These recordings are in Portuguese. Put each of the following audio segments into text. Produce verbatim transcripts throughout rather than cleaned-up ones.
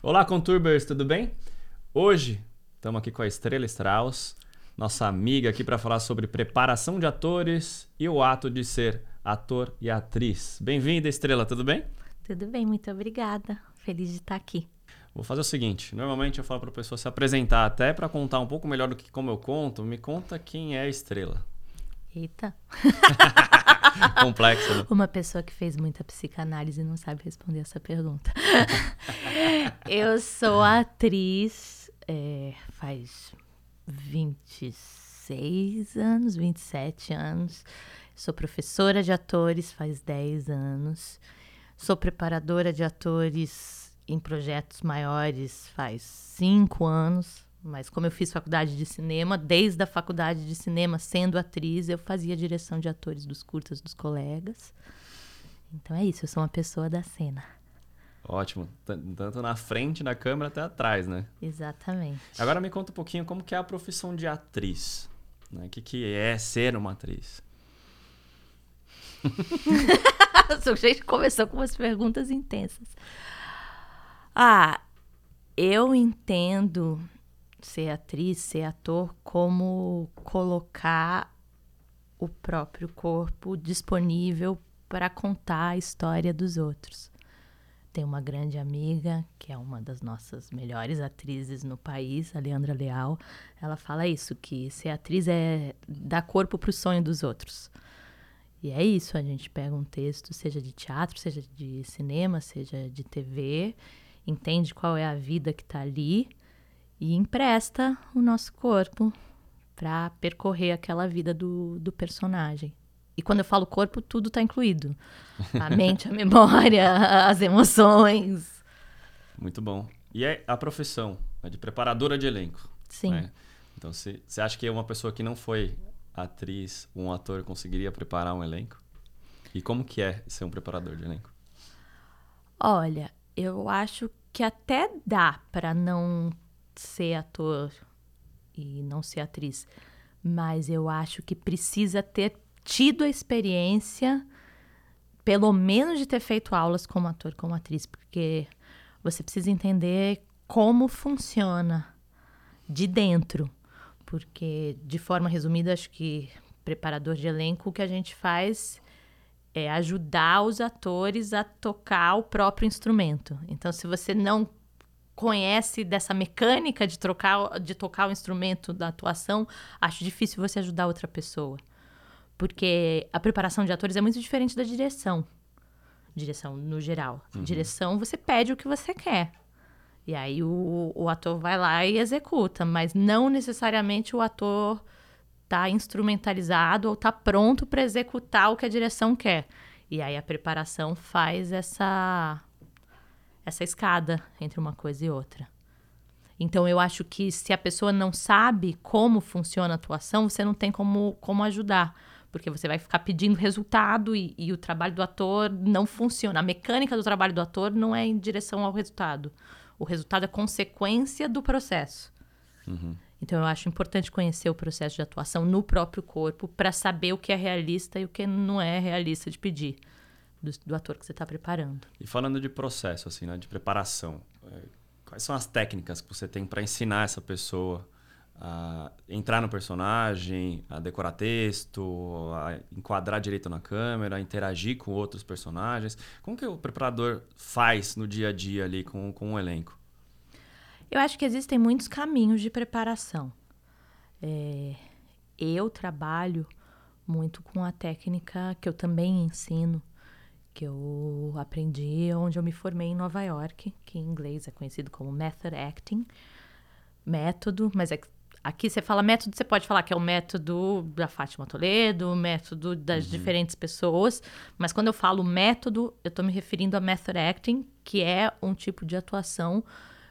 Olá, Conturbers, tudo bem? Hoje estamos aqui com a Estrela Strauss, nossa amiga aqui para falar sobre preparação de atores e o ato de ser ator e atriz. Bem-vinda, Estrela, tudo bem? Tudo bem, muito obrigada. Feliz de estar aqui. Vou fazer o seguinte, normalmente eu falo para a pessoa se apresentar, até para contar um pouco melhor do que como eu conto, me conta quem é a Estrela. Eita. Complexo, né? Uma pessoa que fez muita psicanálise não sabe responder essa pergunta. Eu sou atriz é, faz vinte e seis anos, vinte e sete anos. Sou professora de atores faz dez anos. Sou preparadora de atores em projetos maiores faz cinco anos. Mas como eu fiz faculdade de cinema, desde a faculdade de cinema, sendo atriz, eu fazia direção de atores dos curtas dos colegas. Então é isso, eu sou uma pessoa da cena. Ótimo, tanto na frente da câmera até atrás, né? Exatamente. Agora me conta um pouquinho como que é a profissão de atriz, né? O que, que é ser uma atriz? A gente começou com umas perguntas intensas. Ah, eu entendo ser atriz, ser ator, como colocar o próprio corpo disponível para contar a história dos outros. Tem uma grande amiga, que é uma das nossas melhores atrizes no país, a Leandra Leal. Ela fala isso, que ser atriz é dar corpo para o sonho dos outros. E é isso, a gente pega um texto, seja de teatro, seja de cinema, seja de T V, entende qual é a vida que está ali e empresta o nosso corpo para percorrer aquela vida do, do personagem. E quando eu falo corpo, tudo está incluído. A mente, a memória, as emoções. Muito bom. E é a profissão, né, de preparadora de elenco. Sim. Né? Então, você acha que uma pessoa que não foi atriz, um ator, conseguiria preparar um elenco? E como que é ser um preparador de elenco? Olha, eu acho que até dá para não ser ator e não ser atriz, mas eu acho que precisa ter tido a experiência, pelo menos de ter feito aulas como ator, como atriz, porque você precisa entender como funciona de dentro, porque de forma resumida, acho que preparador de elenco, o que a gente faz é ajudar os atores a tocar o próprio instrumento. Então, se você não conhece dessa mecânica de, trocar, de tocar o instrumento da atuação, acho difícil você ajudar outra pessoa. Porque a preparação de atores é muito diferente da direção. Direção, no geral. Uhum. Direção, você pede o que você quer. E aí o, o ator vai lá e executa. Mas não necessariamente o ator está instrumentalizado ou está pronto para executar o que a direção quer. E aí a preparação faz essa... essa escada entre uma coisa e outra. Então, eu acho que se a pessoa não sabe como funciona a atuação, você não tem como, como ajudar, porque você vai ficar pedindo resultado e, e o trabalho do ator não funciona. A mecânica do trabalho do ator não é em direção ao resultado. O resultado é consequência do processo. Uhum. Então, eu acho importante conhecer o processo de atuação no próprio corpo para saber o que é realista e o que não é realista de pedir. Do, do ator que você está preparando. E falando de processo, assim, né, de preparação, quais são as técnicas que você tem para ensinar essa pessoa a entrar no personagem, a decorar texto, a enquadrar direito na câmera, a interagir com outros personagens? Como que o preparador faz no dia a dia ali com, com o elenco? Eu acho que existem muitos caminhos de preparação. É, eu trabalho muito com a técnica que eu também ensino, que eu aprendi onde eu me formei em Nova York, que em inglês é conhecido como Method Acting, método, mas é, aqui você fala método, você pode falar que é o método da Fátima Toledo, o método das uhum. diferentes pessoas, mas quando eu falo método, eu estou me referindo a Method Acting, que é um tipo de atuação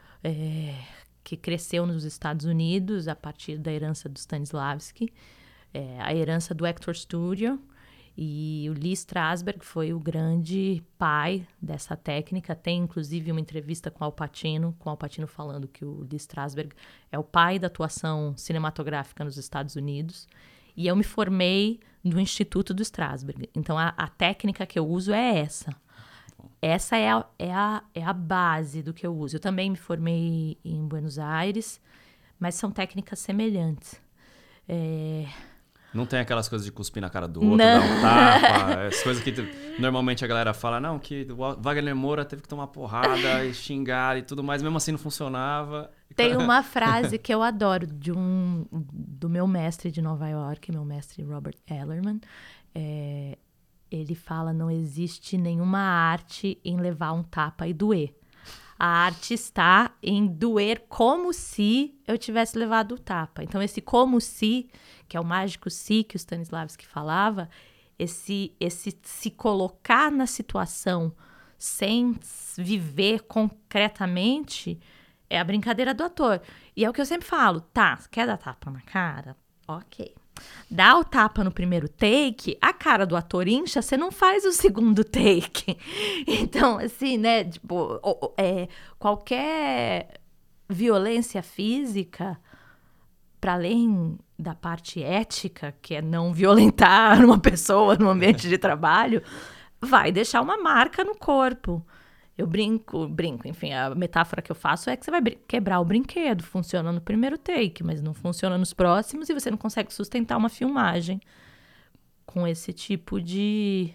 é, que cresceu nos Estados Unidos a partir da herança do Stanislavski, é, a herança do Actor Studio. E o Lee Strasberg foi o grande pai dessa técnica. Tem, inclusive, uma entrevista com Al Pacino, com Al Pacino falando que o Lee Strasberg é o pai da atuação cinematográfica nos Estados Unidos. E eu me formei no Instituto do Strasberg. Então, a, a técnica que eu uso é essa. essa é a, é, a, é a base do que eu uso. Eu também me formei em Buenos Aires, mas são técnicas semelhantes. É... Não tem aquelas coisas de cuspir na cara do outro, Não. dar um tapa, as coisas que normalmente a galera fala, não, que o Wagner Moura teve que tomar porrada e xingar e tudo mais, mesmo assim não funcionava. Tem uma frase que eu adoro de um, do meu mestre de Nova York, meu mestre Robert Ellerman. É, ele fala, não existe nenhuma arte em levar um tapa e doer. A arte está em doer como se eu tivesse levado o tapa. Então, esse como se, que é o mágico se que o Stanislavski falava, esse, esse se colocar na situação sem viver concretamente é a brincadeira do ator. E é o que eu sempre falo, tá, quer dar tapa na cara? Ok. Dá o tapa no primeiro take, a cara do ator incha, você não faz o segundo take. Então, assim, né, tipo, é, qualquer violência física, para além da parte ética, que é não violentar uma pessoa no ambiente de trabalho, vai deixar uma marca no corpo. Eu brinco, brinco, enfim, a metáfora que eu faço é que você vai quebrar o brinquedo, funciona no primeiro take, mas não funciona nos próximos e você não consegue sustentar uma filmagem com esse tipo de,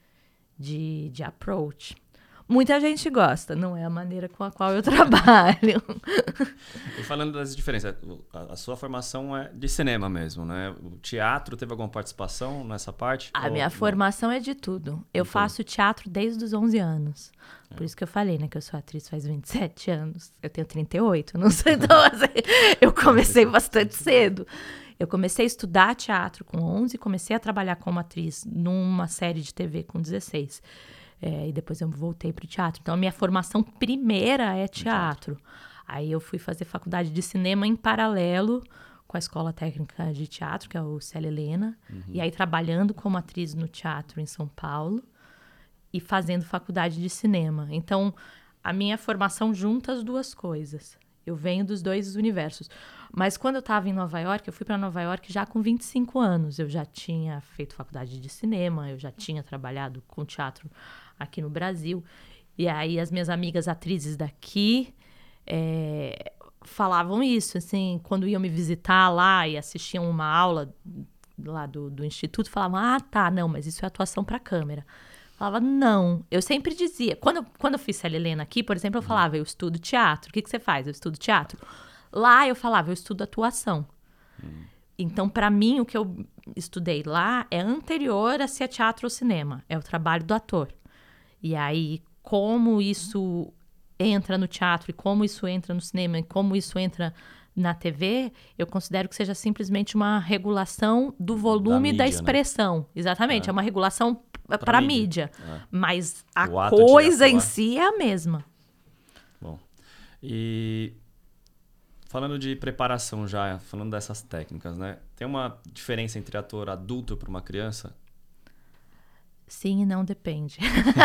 de, de approach. Muita gente gosta, não é a maneira com a qual eu trabalho. E falando das diferenças, a, a sua formação é de cinema mesmo, né? O teatro teve alguma participação nessa parte? A ou minha não? formação é de tudo. Eu De faço teatro desde os onze anos. É. Por isso que eu falei, né? Que eu sou atriz faz vinte e sete anos. Eu tenho trinta e oito, não sei. Então, assim, eu comecei bastante cedo. Eu comecei a estudar teatro com onze, comecei a trabalhar como atriz numa série de T V com dezesseis. É, e depois eu voltei para o teatro. Então, a minha formação primeira é teatro. Aí eu fui fazer faculdade de cinema em paralelo com a Escola Técnica de Teatro, que é o Célia Helena. Uhum. E aí trabalhando como atriz no teatro em São Paulo e fazendo faculdade de cinema. Então, a minha formação junta as duas coisas. Eu venho dos dois universos. Mas quando eu estava em Nova York, eu fui para Nova York já com vinte e cinco anos. Eu já tinha feito faculdade de cinema, eu já tinha trabalhado com teatro aqui no Brasil. E aí as minhas amigas atrizes daqui é, falavam isso, assim, quando iam me visitar lá e assistiam uma aula lá do, do Instituto, falavam, ah, tá, não, mas isso é atuação para câmera. Falava, não. Eu sempre dizia, quando, quando eu fiz Célia Helena aqui, por exemplo, eu falava, eu estudo teatro. O que, que você faz? Eu estudo teatro. Lá eu falava, eu estudo atuação. Hum. Então, para mim, o que eu estudei lá é anterior a ser teatro ou cinema. É o trabalho do ator. E aí, como isso entra no teatro, e como isso entra no cinema, e como isso entra na T V, eu considero que seja simplesmente uma regulação do volume da, mídia, da expressão. Né? Exatamente, é, é uma regulação para a mídia. mídia. É. Mas a coisa em si é a mesma. Bom, e falando de preparação já, falando dessas técnicas, né? Tem uma diferença entre ator adulto para uma criança? Sim e não, depende.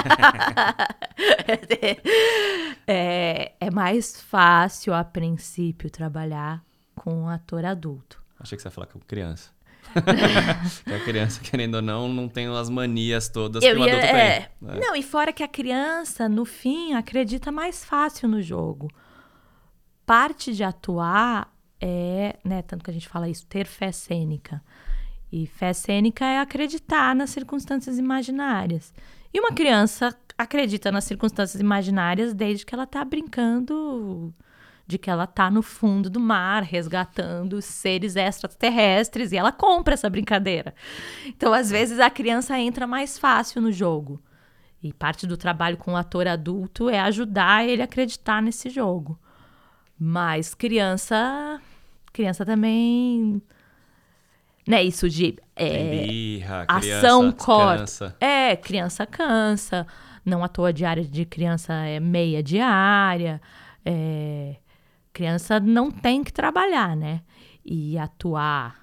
é, é mais fácil, a princípio, trabalhar com um ator adulto. Achei que você ia falar com criança. Que a criança, querendo ou não, não tem as manias todas Eu que o ia, adulto é, tem. É. Não, e fora que a criança, no fim, acredita mais fácil no jogo. Parte de atuar é, né, tanto que a gente fala isso, ter fé cênica. E fé cênica é acreditar nas circunstâncias imaginárias. E uma criança acredita nas circunstâncias imaginárias desde que ela está brincando, de que ela está no fundo do mar, resgatando seres extraterrestres, e ela compra essa brincadeira. Então, às vezes, a criança entra mais fácil no jogo. E parte do trabalho com o ator adulto é ajudar ele a acreditar nesse jogo. Mas criança, criança também... Né, isso de é, birra, ação corta. É, criança cansa. Não à toa diária de criança é meia diária. É, criança não tem que trabalhar, né? E atuar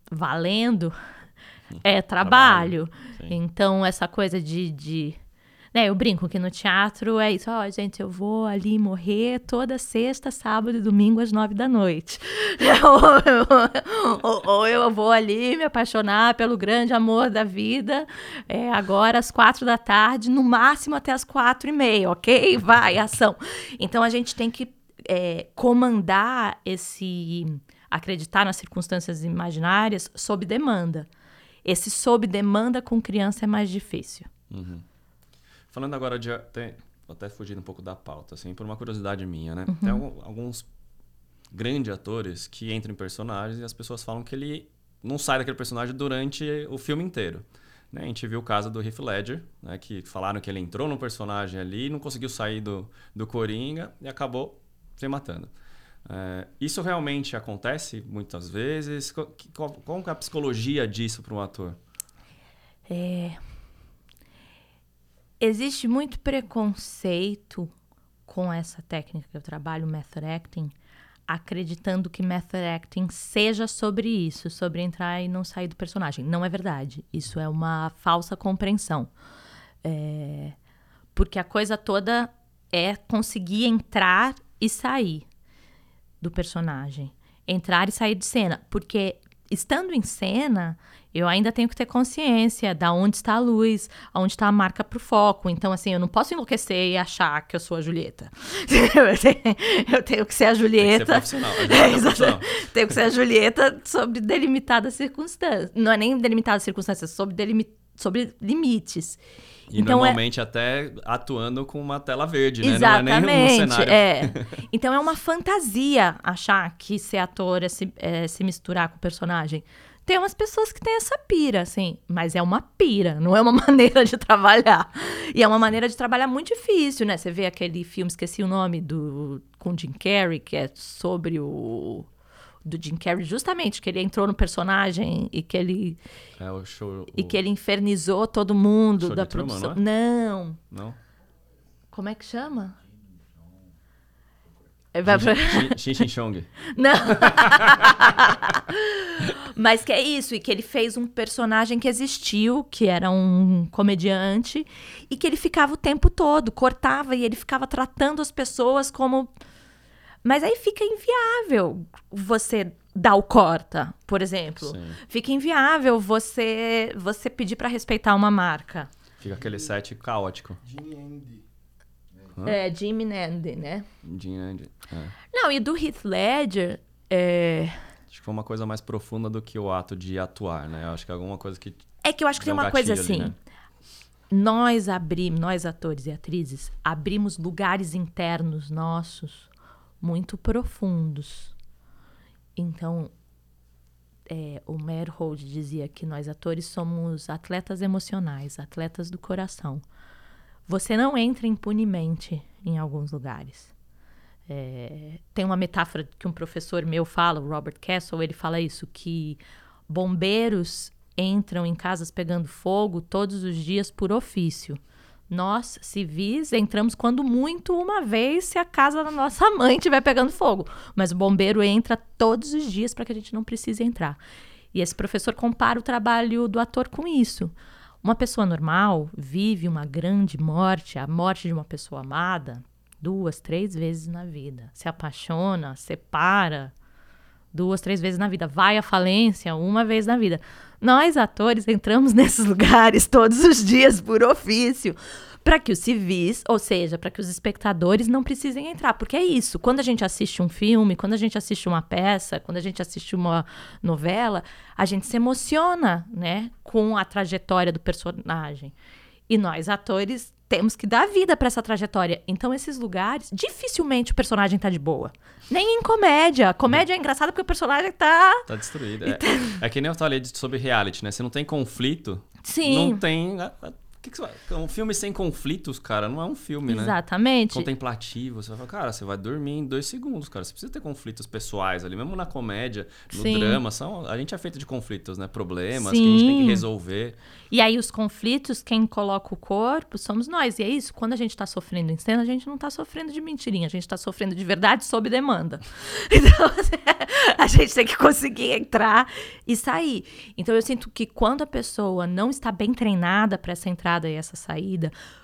valendo é trabalho. trabalho. Então, essa coisa de, de... Né, eu brinco que no teatro é isso, ó, oh, gente, eu vou ali morrer toda sexta, sábado e domingo às nove da noite. ou, ou, ou eu vou ali me apaixonar pelo grande amor da vida, é, agora às quatro da tarde, no máximo até às quatro e meia, ok? Vai, ação. Então a gente tem que é, comandar esse, acreditar nas circunstâncias imaginárias sob demanda. Esse sob demanda com criança é mais difícil. Uhum. Falando agora de... Até, até fugindo um pouco da pauta, assim, por uma curiosidade minha, né? Uhum. Tem algum, alguns grandes atores que entram em personagens e as pessoas falam que ele não sai daquele personagem durante o filme inteiro. Né? A gente viu o caso do Heath Ledger, né? Que falaram que ele entrou no personagem ali, não conseguiu sair do, do Coringa e acabou se matando. É, isso realmente acontece muitas vezes? Qual, qual é a psicologia disso para um ator? É... Existe muito preconceito com essa técnica que eu trabalho, method acting, acreditando que method acting seja sobre isso, sobre entrar e não sair do personagem. Não é verdade. Isso é uma falsa compreensão. É... Porque a coisa toda é conseguir entrar e sair do personagem. Entrar e sair de cena. Porque estando em cena, eu ainda tenho que ter consciência de onde está a luz, onde está a marca pro foco. Então, assim, eu não posso enlouquecer e achar que eu sou a Julieta. eu, tenho, eu tenho que ser a Julieta... Tem que ser profissional. É, profissional. Tenho que ser a Julieta sobre delimitadas circunstâncias. Não é nem delimitadas circunstâncias, sobre, delimi, sobre limites. E então, normalmente é... até atuando com uma tela verde, né? Exatamente, não é nem um cenário. É. Então é uma fantasia achar que ser ator é se, é se misturar com o personagem. Tem umas pessoas que têm essa pira, assim, mas é uma pira, não é uma maneira de trabalhar. E é uma maneira de trabalhar muito difícil, né? Você vê aquele filme, esqueci o nome, do, com Jim Carrey, que é sobre o... do Jim Carrey, justamente, que ele entrou no personagem e que ele... É o show... E o... que ele infernizou todo mundo show da de Truman, produção. Não, é? Não. Não? Como é que chama? Xin Xin Chong. Não. Mas que é isso, e que ele fez um personagem que existiu, que era um comediante, e que ele ficava o tempo todo, cortava, e ele ficava tratando as pessoas como... Mas aí fica inviável você dar o corta, por exemplo. Sim. Fica inviável você, você pedir para respeitar uma marca. Fica aquele set caótico. Jimmy Andy. É, Jimmy Andy, né? Jimmy Andy, é. Não, e do Heath Ledger... É... Acho que foi uma coisa mais profunda do que o ato de atuar, né? Eu acho que é alguma coisa que... É que eu acho que tem uma coisa assim... Ali, né? Nós abrimos, nós atores e atrizes, abrimos lugares internos nossos muito profundos. Então, é, o Meyerhold dizia que nós atores somos atletas emocionais, atletas do coração. Você não entra impunemente em alguns lugares. É, tem uma metáfora que um professor meu fala, o Robert Castle, ele fala isso, que bombeiros entram em casas pegando fogo todos os dias por ofício. Nós, civis, entramos quando muito uma vez se a casa da nossa mãe estiver pegando fogo. Mas o bombeiro entra todos os dias para que a gente não precise entrar. E esse professor compara o trabalho do ator com isso. Uma pessoa normal vive uma grande morte, a morte de uma pessoa amada, duas, três vezes na vida. Se apaixona, separa, duas, três vezes na vida. Vai à falência uma vez na vida. Nós, atores, entramos nesses lugares todos os dias por ofício, para que os civis, ou seja, para que os espectadores não precisem entrar. Porque é isso, quando a gente assiste um filme, quando a gente assiste uma peça, quando a gente assiste uma novela, a gente se emociona, né, com a trajetória do personagem. E nós, atores, temos que dar vida para essa trajetória. Então, esses lugares, dificilmente o personagem tá de boa. Nem em comédia. Comédia é engraçada porque o personagem tá... Tá destruído. É, é que nem eu falei sobre reality, né? Se não tem conflito, Sim. não tem... Que que você vai... Um filme sem conflitos, cara, não é um filme, né? Exatamente. Contemplativo. Você vai falar, cara, você vai dormir em dois segundos, cara. Você precisa ter conflitos pessoais ali. Mesmo na comédia, no Sim. drama. São... A gente é feito de conflitos, né? Problemas Sim. que a gente tem que resolver. E aí os conflitos, quem coloca o corpo somos nós. E é isso, quando a gente tá sofrendo em cena, a gente não tá sofrendo de mentirinha. A gente tá sofrendo de verdade sob demanda. Então, a gente tem que conseguir entrar e sair. Então, eu sinto que quando a pessoa não está bem treinada para essa entrada e essa saída,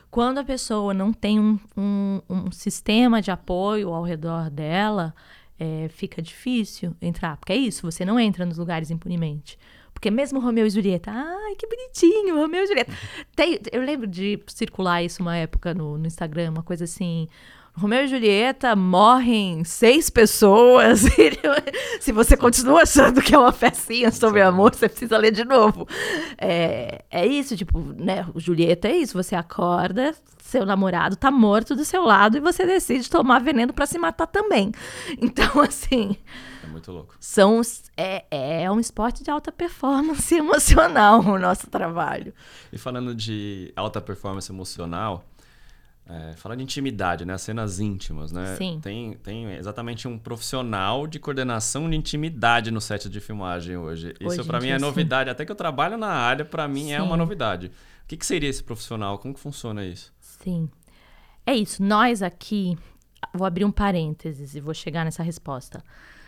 Quando a pessoa não tem um, um, um sistema de apoio ao redor dela, é, fica difícil entrar. Porque é isso, você não entra nos lugares impunemente. Porque mesmo Romeu e Julieta, ai, que bonitinho, Romeu e Julieta. Tem, eu lembro de circular isso uma época no, no Instagram, uma coisa assim... Romeu e Julieta, morrem seis pessoas. Se você continua achando que é uma pecinha sobre amor, você precisa ler de novo. É, é isso, tipo, né? Julieta é isso. Você acorda, seu namorado tá morto do seu lado e você decide tomar veneno pra se matar também. Então, assim... É muito louco. São, é, é um esporte de alta performance emocional o nosso trabalho. E falando de alta performance emocional... É, fala de intimidade, né? As cenas íntimas, né? Sim. Tem, tem exatamente um profissional de coordenação de intimidade no set de filmagem hoje. Isso para mim é novidade. Sim. Até que eu trabalho na área, para mim Sim. é uma novidade. O que, que seria esse profissional? Como que funciona isso? Sim. É isso. Nós aqui... Vou abrir um parênteses e vou chegar nessa resposta.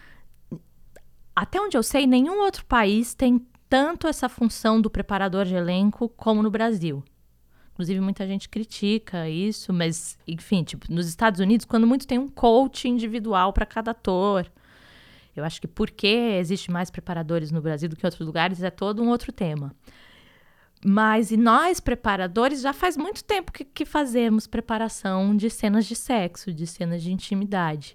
Até onde eu sei, nenhum outro país tem tanto essa função do preparador de elenco como no Brasil. Inclusive, muita gente critica isso, mas, enfim, tipo, nos Estados Unidos, quando muito tem um coach individual para cada ator. Eu acho que porque existe mais preparadores no Brasil do que em outros lugares é todo um outro tema. Mas, e nós, preparadores, já faz muito tempo que, que fazemos preparação de cenas de sexo, de cenas de intimidade.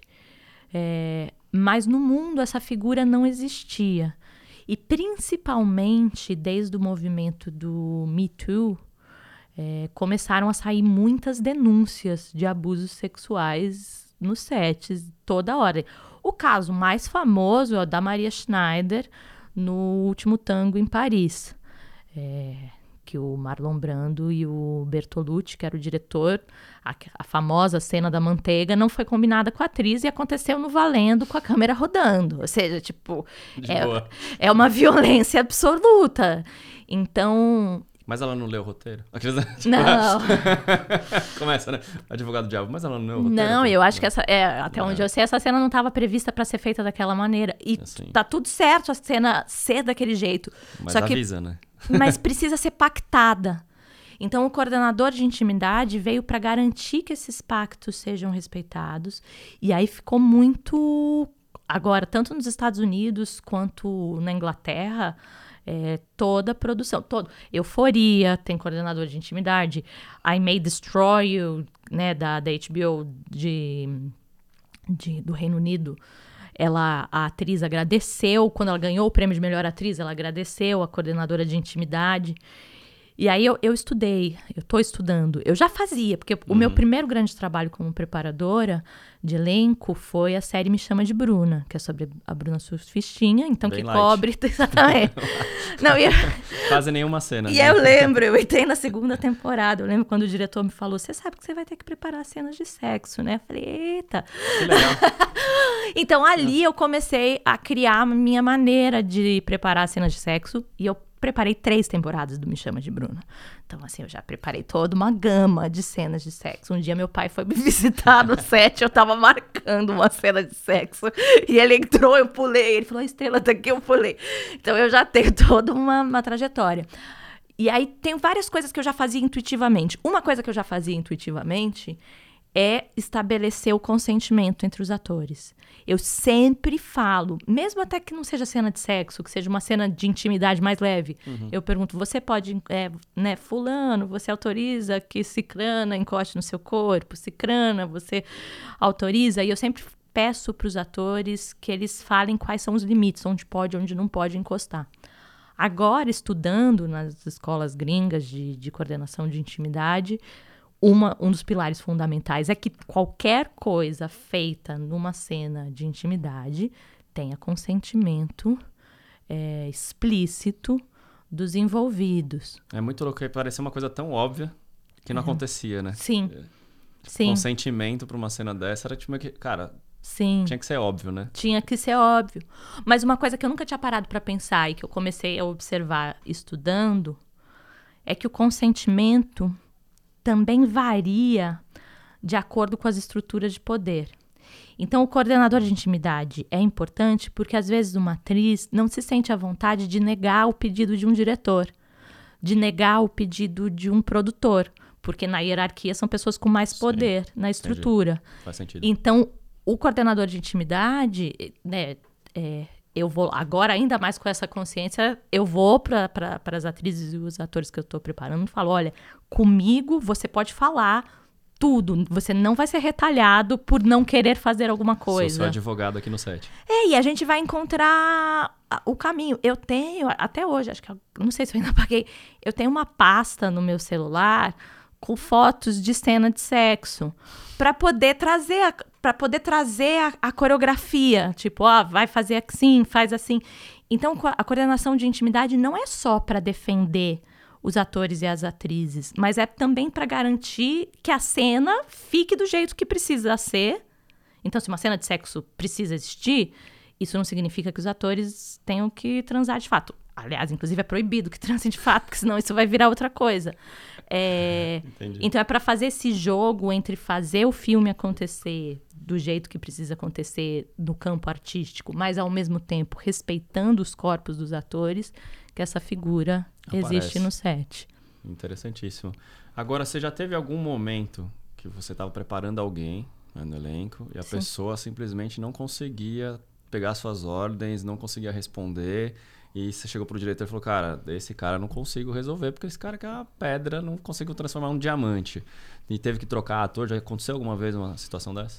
É, mas no mundo essa figura não existia. E, principalmente, desde o movimento do Me Too, É, começaram a sair muitas denúncias de abusos sexuais nos sets, toda hora. O caso mais famoso é o da Maria Schneider, no Último Tango em Paris. É, que o Marlon Brando e o Bertolucci, que era o diretor, a, a famosa cena da manteiga, não foi combinada com a atriz e aconteceu no valendo com a câmera rodando. Ou seja, tipo, é, é uma violência absoluta. Então... Mas ela não leu o roteiro? Não. Começa, né? Advogado do diabo, mas ela não leu o roteiro? Não, eu acho que essa, é, até onde eu sei, essa cena não estava prevista para ser feita daquela maneira. E assim. Tá tudo certo a cena ser daquele jeito. Mas só avisa, que, né? Mas precisa ser pactada. Então, o coordenador de intimidade veio para garantir que esses pactos sejam respeitados. E aí ficou muito... Agora, tanto nos Estados Unidos quanto na Inglaterra... É, toda a produção, todo. Euforia, tem coordenador de intimidade. I May Destroy You, né, da, da H B O de, de, do Reino Unido. Ela, a atriz agradeceu, quando ela ganhou o prêmio de melhor atriz, ela agradeceu a coordenadora de intimidade. E aí eu, eu estudei, eu estou estudando. Eu já fazia, porque uhum. o meu primeiro grande trabalho como preparadora de elenco foi a série Me Chama de Bruna, que é sobre a Bruna Surfistinha, então Bem que light. Cobre... Exatamente. Não, e... Quase nenhuma cena. E né? eu lembro, eu entrei na segunda temporada, eu lembro quando o diretor me falou, você sabe que você vai ter que preparar cenas de sexo, né? Eu falei, eita. Que legal. Então ali eu comecei a criar a minha maneira de preparar cenas de sexo e eu preparei três temporadas do Me Chama de Bruna. Então, assim, eu já preparei toda uma gama de cenas de sexo. Um dia meu pai foi me visitar no set, eu tava marcando uma cena de sexo, e ele entrou, eu pulei, ele falou, a estrela tá aqui, eu pulei. Então, eu já tenho toda uma, uma trajetória. E aí, tem várias coisas que eu já fazia intuitivamente. Uma coisa que eu já fazia intuitivamente é estabelecer o consentimento entre os atores. Eu sempre falo, mesmo até que não seja cena de sexo, que seja uma cena de intimidade mais leve, uhum. eu pergunto, você pode, é, né, fulano, você autoriza que cicrana encoste no seu corpo? Cicrana, você autoriza? E eu sempre peço para os atores que eles falem quais são os limites, onde pode, onde não pode encostar. Agora, estudando nas escolas gringas de, de coordenação de intimidade, Uma, um dos pilares fundamentais é que qualquer coisa feita numa cena de intimidade tenha consentimento é, explícito dos envolvidos. É muito louco, parecia uma coisa tão óbvia que não é. acontecia, né? Sim. É, Sim. Consentimento para uma cena dessa era tipo que, cara, Sim. tinha que ser óbvio, né? Tinha que ser óbvio. Mas uma coisa que eu nunca tinha parado para pensar e que eu comecei a observar estudando é que o consentimento também varia de acordo com as estruturas de poder. Então, o coordenador de intimidade é importante porque, às vezes, uma atriz não se sente à vontade de negar o pedido de um diretor, de negar o pedido de um produtor, porque na hierarquia são pessoas com mais poder Sim, na estrutura. Entendi. Faz sentido. Então, o coordenador de intimidade, né, é, eu vou, agora ainda mais com essa consciência, eu vou para pra, as atrizes e os atores que eu estou preparando e falo, olha, comigo você pode falar tudo, você não vai ser retalhado por não querer fazer alguma coisa. Sou seu advogado aqui no set. É, e a gente vai encontrar o caminho. Eu tenho, até hoje, acho que, não sei se eu ainda paguei, eu tenho uma pasta no meu celular com fotos de cena de sexo, para poder trazer, para poder trazer a, a coreografia, tipo, ó, vai fazer assim, faz assim. Então, a coordenação de intimidade não é só para defender os atores e as atrizes, mas é também para garantir que a cena fique do jeito que precisa ser. Então, se uma cena de sexo precisa existir, isso não significa que os atores tenham que transar de fato. Aliás, inclusive é proibido que transem de fato, porque senão isso vai virar outra coisa. É, então é para fazer esse jogo entre fazer o filme acontecer do jeito que precisa acontecer no campo artístico, mas ao mesmo tempo respeitando os corpos dos atores, que essa figura Aparece. existe no set. Interessantíssimo. Agora, você já teve algum momento que você estava preparando alguém, né, no elenco e a Sim. pessoa simplesmente não conseguia pegar suas ordens, não conseguia responder e você chegou pro diretor e falou, cara, esse cara eu não consigo resolver porque esse cara que é uma pedra, não consigo transformar em um diamante. E teve que trocar ator. Já aconteceu alguma vez uma situação dessa?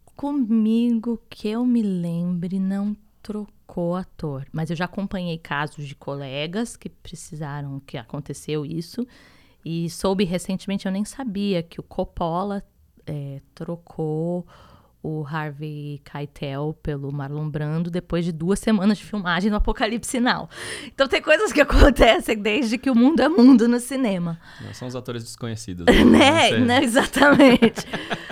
Comigo, que eu me lembre, não trocou ator. Mas eu já acompanhei casos de colegas que precisaram, que aconteceu isso. E soube recentemente, eu nem sabia, que o Coppola é, trocou o Harvey Keitel pelo Marlon Brando depois de duas semanas de filmagem no Apocalipse Now. Então tem coisas que acontecem desde que o mundo é mundo no cinema. Não, são os atores desconhecidos. Né? Né? Exatamente.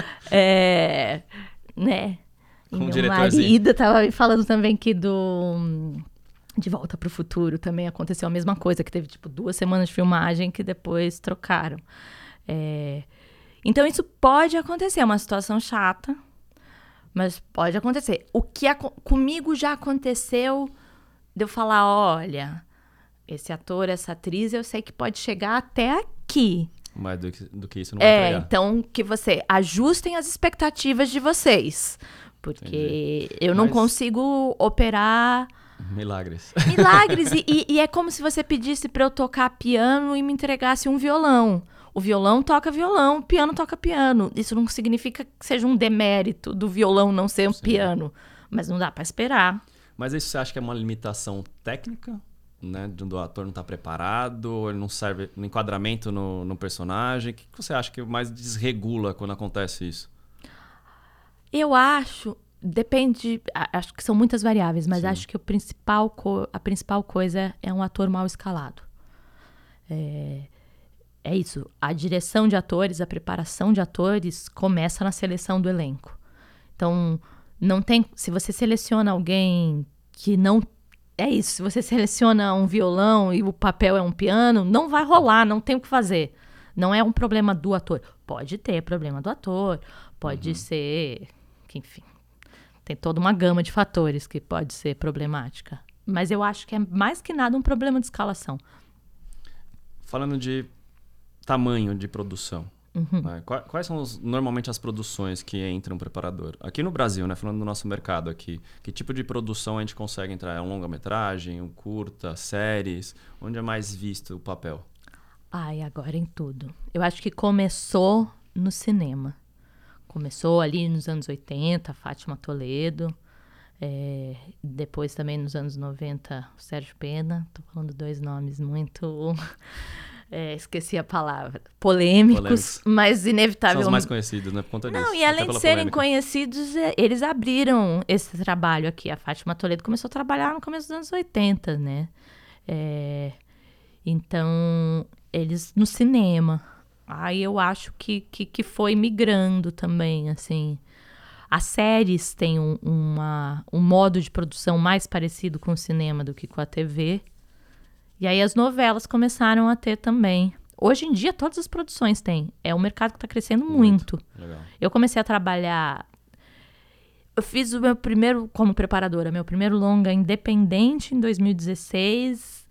é, né? E Com meu marido estava me falando também que do De Volta para o Futuro também aconteceu a mesma coisa, que teve tipo duas semanas de filmagem que depois trocaram. É, então isso pode acontecer, é uma situação chata, mas pode acontecer. O que ac- comigo já aconteceu de eu falar, olha, esse ator, essa atriz, eu sei que pode chegar até aqui. Mas do que, do que isso não vai É, entregar. então que você ajustem as expectativas de vocês. Porque Entendi. eu não mas... consigo operar... Milagres. Milagres. e, e, e é como se você pedisse para eu tocar piano e me entregasse um violão. O violão toca violão, o piano toca piano. Isso não significa que seja um demérito do violão não ser um Sim. piano. Mas não dá para esperar. Mas isso você acha que é uma limitação técnica? Né? Do ator não estar tá preparado, ou ele não serve no enquadramento no, no personagem? O que você acha que mais desregula quando acontece isso? Eu acho... Depende... Acho que são muitas variáveis, mas Sim. acho que o principal, a principal coisa é um ator mal escalado. É... É isso, a direção de atores, a preparação de atores começa na seleção do elenco. Então, não tem, se você seleciona alguém que não... É isso, se você seleciona um violão e o papel é um piano, não vai rolar, não tem o que fazer. Não é um problema do ator. Pode ter problema do ator, pode uhum. ser... Que, enfim, tem toda uma gama de fatores que pode ser problemática. Mas eu acho que é mais que nada um problema de escalação. Falando de tamanho de produção. Uhum. Né? Quais são os, normalmente as produções que entra um preparador? Aqui no Brasil, né? Falando do nosso mercado aqui, que tipo de produção a gente consegue entrar? É um longa-metragem, um curta, séries? Onde é mais visto o papel? Ai, agora em tudo. Eu acho que começou no cinema. Começou ali nos anos oitenta, Fátima Toledo. É, depois também nos anos noventa, o Sérgio Pena. Tô falando dois nomes muito... É, esqueci a palavra. Polêmicos, Polêmicos. Mas inevitavelmente... São os mais conhecidos, né? Por conta disso. Não, e além de serem polêmica. conhecidos, eles abriram esse trabalho aqui. A Fátima Toledo começou a trabalhar no começo dos anos oitenta, né? É, então, eles no cinema. Aí eu acho que, que, que foi migrando também, assim. As séries têm um, uma, um modo de produção mais parecido com o cinema do que com a T V. E aí as novelas começaram a ter também. Hoje em dia, todas as produções têm. É um mercado que está crescendo muito. muito. Legal. Eu comecei a trabalhar... Eu fiz o meu primeiro, como preparadora, meu primeiro longa independente em dois mil e dezesseis.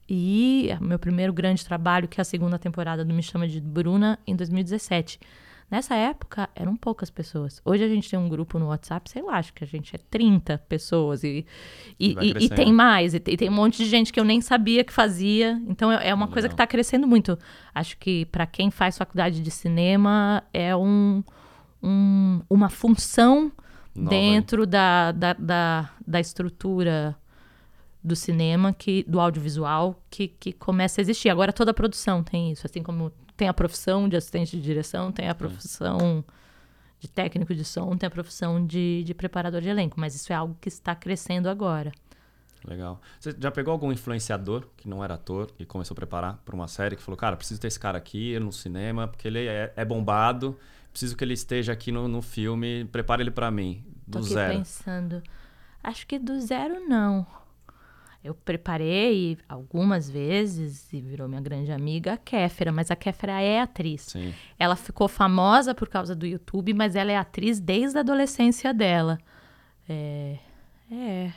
e meu primeiro grande trabalho, que é a segunda temporada do Me Chama de Bruna, em dois mil e dezessete. Nessa época, eram poucas pessoas. Hoje a gente tem um grupo no WhatsApp, sei lá, acho que a gente é trinta pessoas. E, e, e, e tem mais. E tem, e tem um monte de gente que eu nem sabia que fazia. Então, é, é uma Legal. coisa que está crescendo muito. Acho que, para quem faz faculdade de cinema, é um, um, uma função Nova, dentro da, da, da, da estrutura do cinema, que, do audiovisual, que, que começa a existir. Agora, toda a produção tem isso. Assim como tem a profissão de assistente de direção, tem a profissão de técnico de som, tem a profissão de, de preparador de elenco. Mas isso é algo que está crescendo agora. Legal. Você já pegou algum influenciador que não era ator e começou a preparar para uma série, que falou, cara, preciso ter esse cara aqui no cinema, porque ele é, é bombado, preciso que ele esteja aqui no, no filme, prepara ele para mim, do Tô aqui zero. pensando. Acho que do zero, não. Eu preparei algumas vezes e virou minha grande amiga a Kéfera, mas a Kéfera é atriz. Sim. Ela ficou famosa por causa do YouTube, mas ela é atriz desde a adolescência dela. É... é...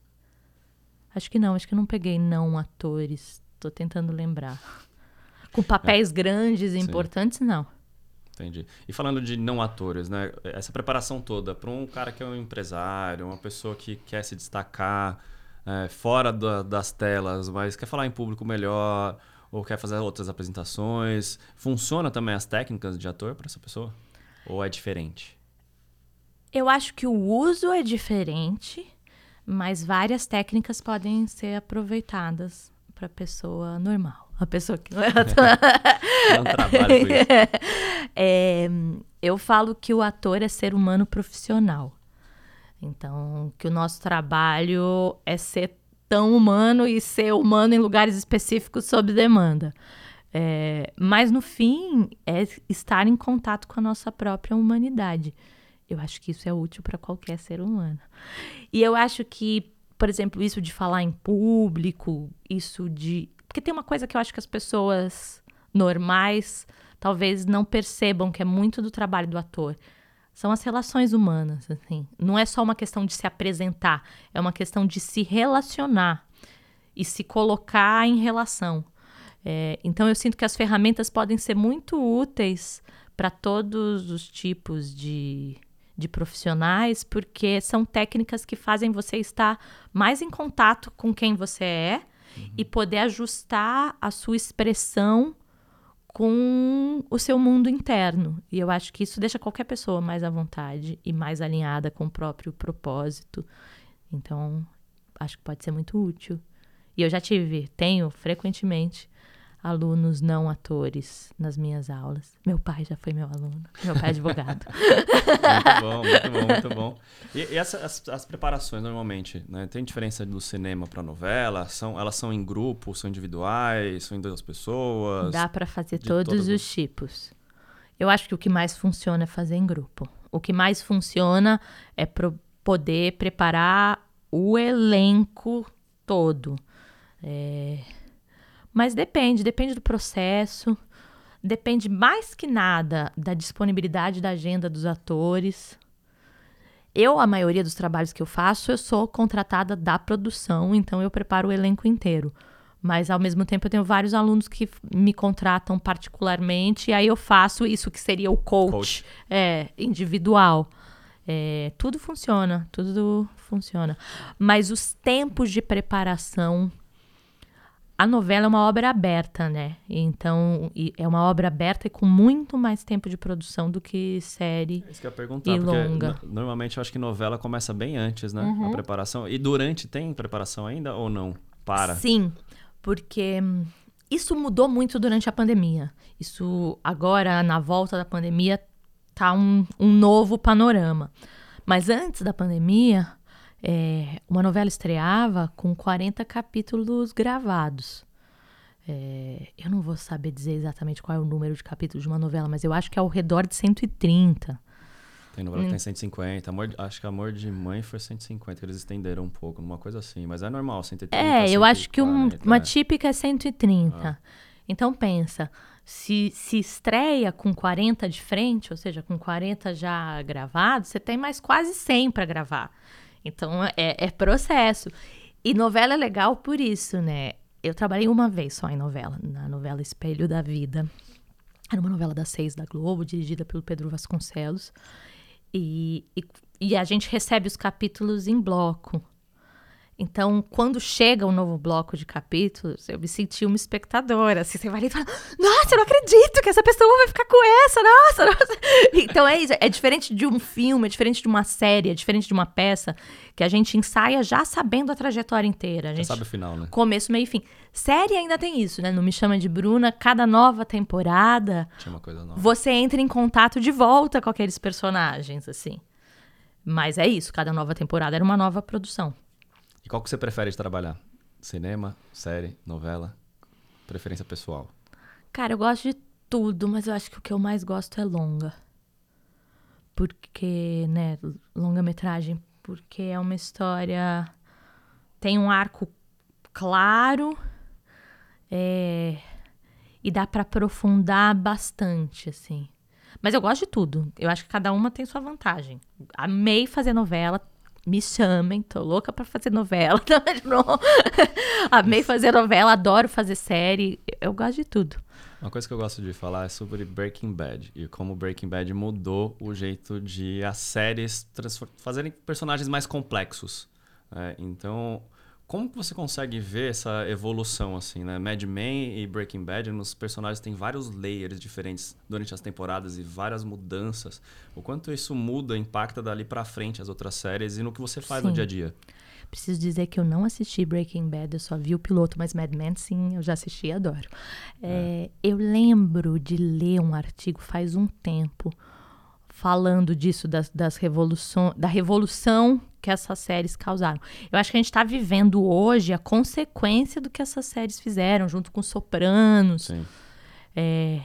Acho que não, acho que não peguei não atores. Tô tentando lembrar. Com papéis é. grandes e importantes, não. Entendi. E falando de não atores, né? Essa preparação toda para um cara que é um empresário, uma pessoa que quer se destacar... É, fora da, das telas, mas quer falar em público melhor ou quer fazer outras apresentações, funciona também as técnicas de ator para essa pessoa? Ou é diferente? Eu acho que o uso é diferente, mas várias técnicas podem ser aproveitadas para a pessoa normal. A pessoa que não é ator. Não trabalha com isso. É, eu falo que o ator é ser humano profissional. Então, que o nosso trabalho é ser tão humano e ser humano em lugares específicos sob demanda. É, mas, no fim, é estar em contato com a nossa própria humanidade. Eu acho que isso é útil para qualquer ser humano. E eu acho que, por exemplo, isso de falar em público, isso de... Porque tem uma coisa que eu acho que as pessoas normais talvez não percebam, que é muito do trabalho do ator. São as relações humanas, assim. Não é só uma questão de se apresentar, é uma questão de se relacionar e se colocar em relação. É, então, eu sinto que as ferramentas podem ser muito úteis para todos os tipos de, de profissionais, porque são técnicas que fazem você estar mais em contato com quem você é uhum. e poder ajustar a sua expressão com o seu mundo interno. E eu acho que isso deixa qualquer pessoa mais à vontade e mais alinhada com o próprio propósito. Então, acho que pode ser muito útil. E eu já tive, tenho frequentemente alunos não atores nas minhas aulas. Meu pai já foi meu aluno. Meu pai é advogado. Muito bom, muito bom, muito bom. E, e essa, as, as preparações, normalmente, né? Tem diferença do cinema para novela? São, elas são em grupo, são individuais, são em duas pessoas? Dá para fazer todos os tipos. Eu acho que o que mais funciona é fazer em grupo. O que mais funciona é pro poder preparar o elenco todo. É... Mas depende, depende do processo, depende mais que nada da disponibilidade da agenda dos atores. Eu, a maioria dos trabalhos que eu faço, eu sou contratada da produção, então eu preparo o elenco inteiro. Mas, ao mesmo tempo, eu tenho vários alunos que me contratam particularmente, e aí eu faço isso que seria o coach, coach. É, individual. É, tudo funciona, tudo funciona. Mas os tempos de preparação... A novela é uma obra aberta, né? Então, é uma obra aberta e com muito mais tempo de produção do que série é isso que eu ia perguntar, e porque longa. No, normalmente eu acho que novela começa bem antes, né? Uhum. A preparação. E durante tem preparação ainda ou não? Para? Sim, porque isso mudou muito durante a pandemia. Isso agora, na volta da pandemia, tá um, um novo panorama. Mas antes da pandemia... É, uma novela estreava com quarenta capítulos gravados. É, eu não vou saber dizer exatamente qual é o número de capítulos de uma novela, mas eu acho que é ao redor de cento e trinta. Tem novela hum. que tem cento e cinquenta. Amor, acho que Amor de Mãe foi cento e cinquenta, que eles estenderam um pouco, uma coisa assim. Mas é normal, cento e trinta, É, eu cento e quarenta, acho que um, uma é. típica é cento e trinta. Ah. Então, pensa, se, se estreia com quarenta de frente, ou seja, com quarenta já gravados, você tem mais quase cem para gravar. Então, é, é processo. E novela é legal por isso, né? eu trabalhei uma vez só em novela, na novela Espelho da Vida. Era uma novela das seis da Globo, dirigida pelo Pedro Vasconcelos. E, e, e a gente recebe os capítulos em bloco. Então, quando chega um novo bloco de capítulos, eu me senti uma espectadora. Assim, você vai ali e fala, nossa, eu não acredito que essa pessoa vai ficar com essa, nossa, nossa. Então, é isso. É diferente de um filme, é diferente de uma série, é diferente de uma peça, que a gente ensaia já sabendo a trajetória inteira. A gente, já sabe o final, né? Começo, meio e fim. Série ainda tem isso, né? Não Me Chama de Bruna, cada nova temporada, tinha uma coisa nova. Você entra em contato de volta com aqueles personagens, assim. Mas é isso, cada nova temporada era uma nova produção. E qual que você prefere de trabalhar? Cinema, série, novela? Preferência pessoal? Cara, eu gosto de tudo, mas eu acho que o que eu mais gosto é longa. Porque, né, longa-metragem, porque é uma história... Tem um arco claro, é, e dá pra aprofundar bastante, assim. Mas eu gosto de tudo. Eu acho que cada uma tem sua vantagem. Amei fazer novela. Me chamem, tô louca pra fazer novela. Amei fazer novela, adoro fazer série. Eu gosto de tudo. Uma coisa que eu gosto de falar é sobre Breaking Bad. E como Breaking Bad mudou o jeito de as séries fazerem personagens mais complexos. É, então, como que você consegue ver essa evolução, assim, né? Mad Men e Breaking Bad, nos personagens tem vários layers diferentes durante as temporadas e várias mudanças. O quanto isso muda, impacta dali pra frente as outras séries e no que você faz Sim. no dia a dia. Preciso dizer que eu não assisti Breaking Bad, eu só vi o piloto, mas Mad Men, sim, eu já assisti e adoro. É. É, eu lembro de ler um artigo faz um tempo falando disso, das, das revolução, da revolução que essas séries causaram. Eu acho que a gente está vivendo hoje a consequência do que essas séries fizeram, junto com Sopranos. Sim. É,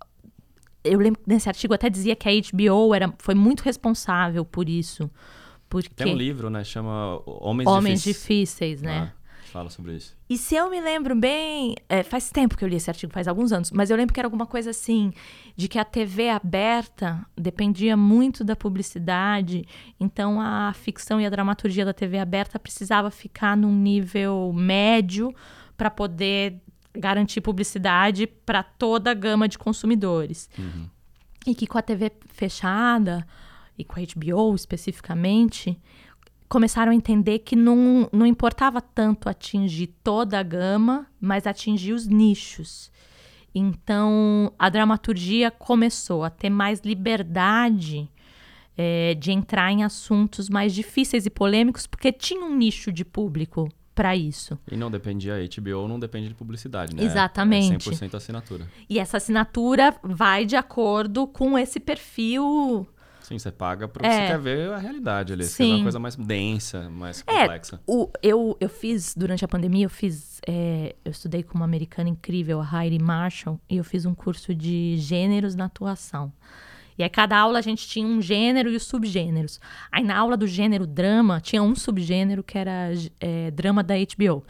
eu lembro que nesse artigo até dizia que a H B O era, foi muito responsável por isso. Porque tem um livro, né? Chama Homens, Homens Difíceis. Difíceis, né? Ah, fala sobre isso. E se eu me lembro bem, é, faz tempo que eu li esse artigo, faz alguns anos, mas eu lembro que era alguma coisa assim, de que a T V aberta dependia muito da publicidade, então a ficção e a dramaturgia da T V aberta precisava ficar num nível médio para poder garantir publicidade para toda a gama de consumidores. Uhum. E que com a T V fechada, e com a H B O especificamente, começaram a entender que não, não importava tanto atingir toda a gama, mas atingir os nichos. Então, a dramaturgia começou a ter mais liberdade é, de entrar em assuntos mais difíceis e polêmicos, porque tinha um nicho de público para isso. E não dependia, a H B O não depende de publicidade, né? Exatamente. É cem por cento assinatura. E essa assinatura vai de acordo com esse perfil... Sim, você paga porque É. você quer ver a realidade ali. Você quer ver uma coisa mais densa, mais complexa. É, o, eu, eu fiz, durante a pandemia, eu fiz... É, eu estudei com uma americana incrível, a Heidi Marshall, e eu fiz um curso de gêneros na atuação. E aí, cada aula a gente tinha um gênero e os subgêneros. Aí, na aula do gênero drama, tinha um subgênero que era é, drama da H B O.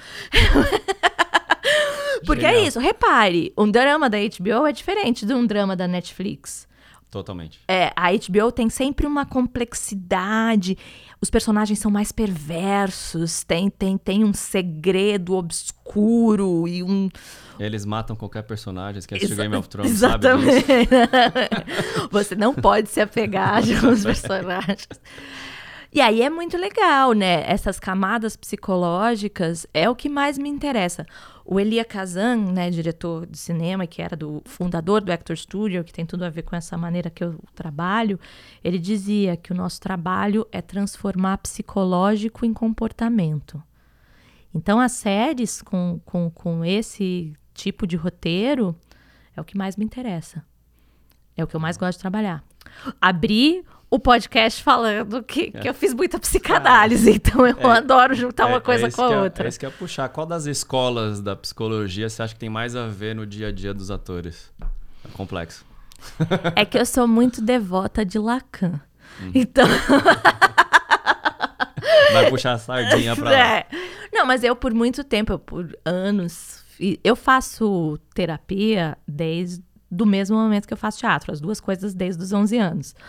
Porque Genial. é isso, repare, um drama da H B O é diferente de um drama da Netflix. Totalmente. É, a H B O tem sempre uma complexidade, os personagens são mais perversos, tem, tem, tem um segredo obscuro e um... Eles matam qualquer personagem, que assistiu Exa- Game of Thrones, Exatamente. sabe disso. Você não pode se apegar aos personagens. E aí é muito legal, né? Essas camadas psicológicas é o que mais me interessa. O Elia Kazan, né, diretor de cinema, que era do fundador do Actor Studio, que tem tudo a ver com essa maneira que eu trabalho, ele dizia que o nosso trabalho é transformar psicológico em comportamento. Então, as séries com, com, com esse tipo de roteiro é o que mais me interessa. É o que eu mais gosto de trabalhar. Abri o podcast falando que, É. que eu fiz muita psicanálise, então eu É, adoro juntar uma É- coisa é isso com a que é- outra. É isso que é puxar. Qual das escolas da psicologia você acha que tem mais a ver no dia a dia dos atores? É complexo. É que eu sou muito devota de Lacan. Então, Vai puxar a sardinha pra lá. é. Não, mas eu por muito tempo, eu, por anos, fi- eu faço terapia desde o mesmo momento que eu faço teatro, as duas coisas desde os onze anos.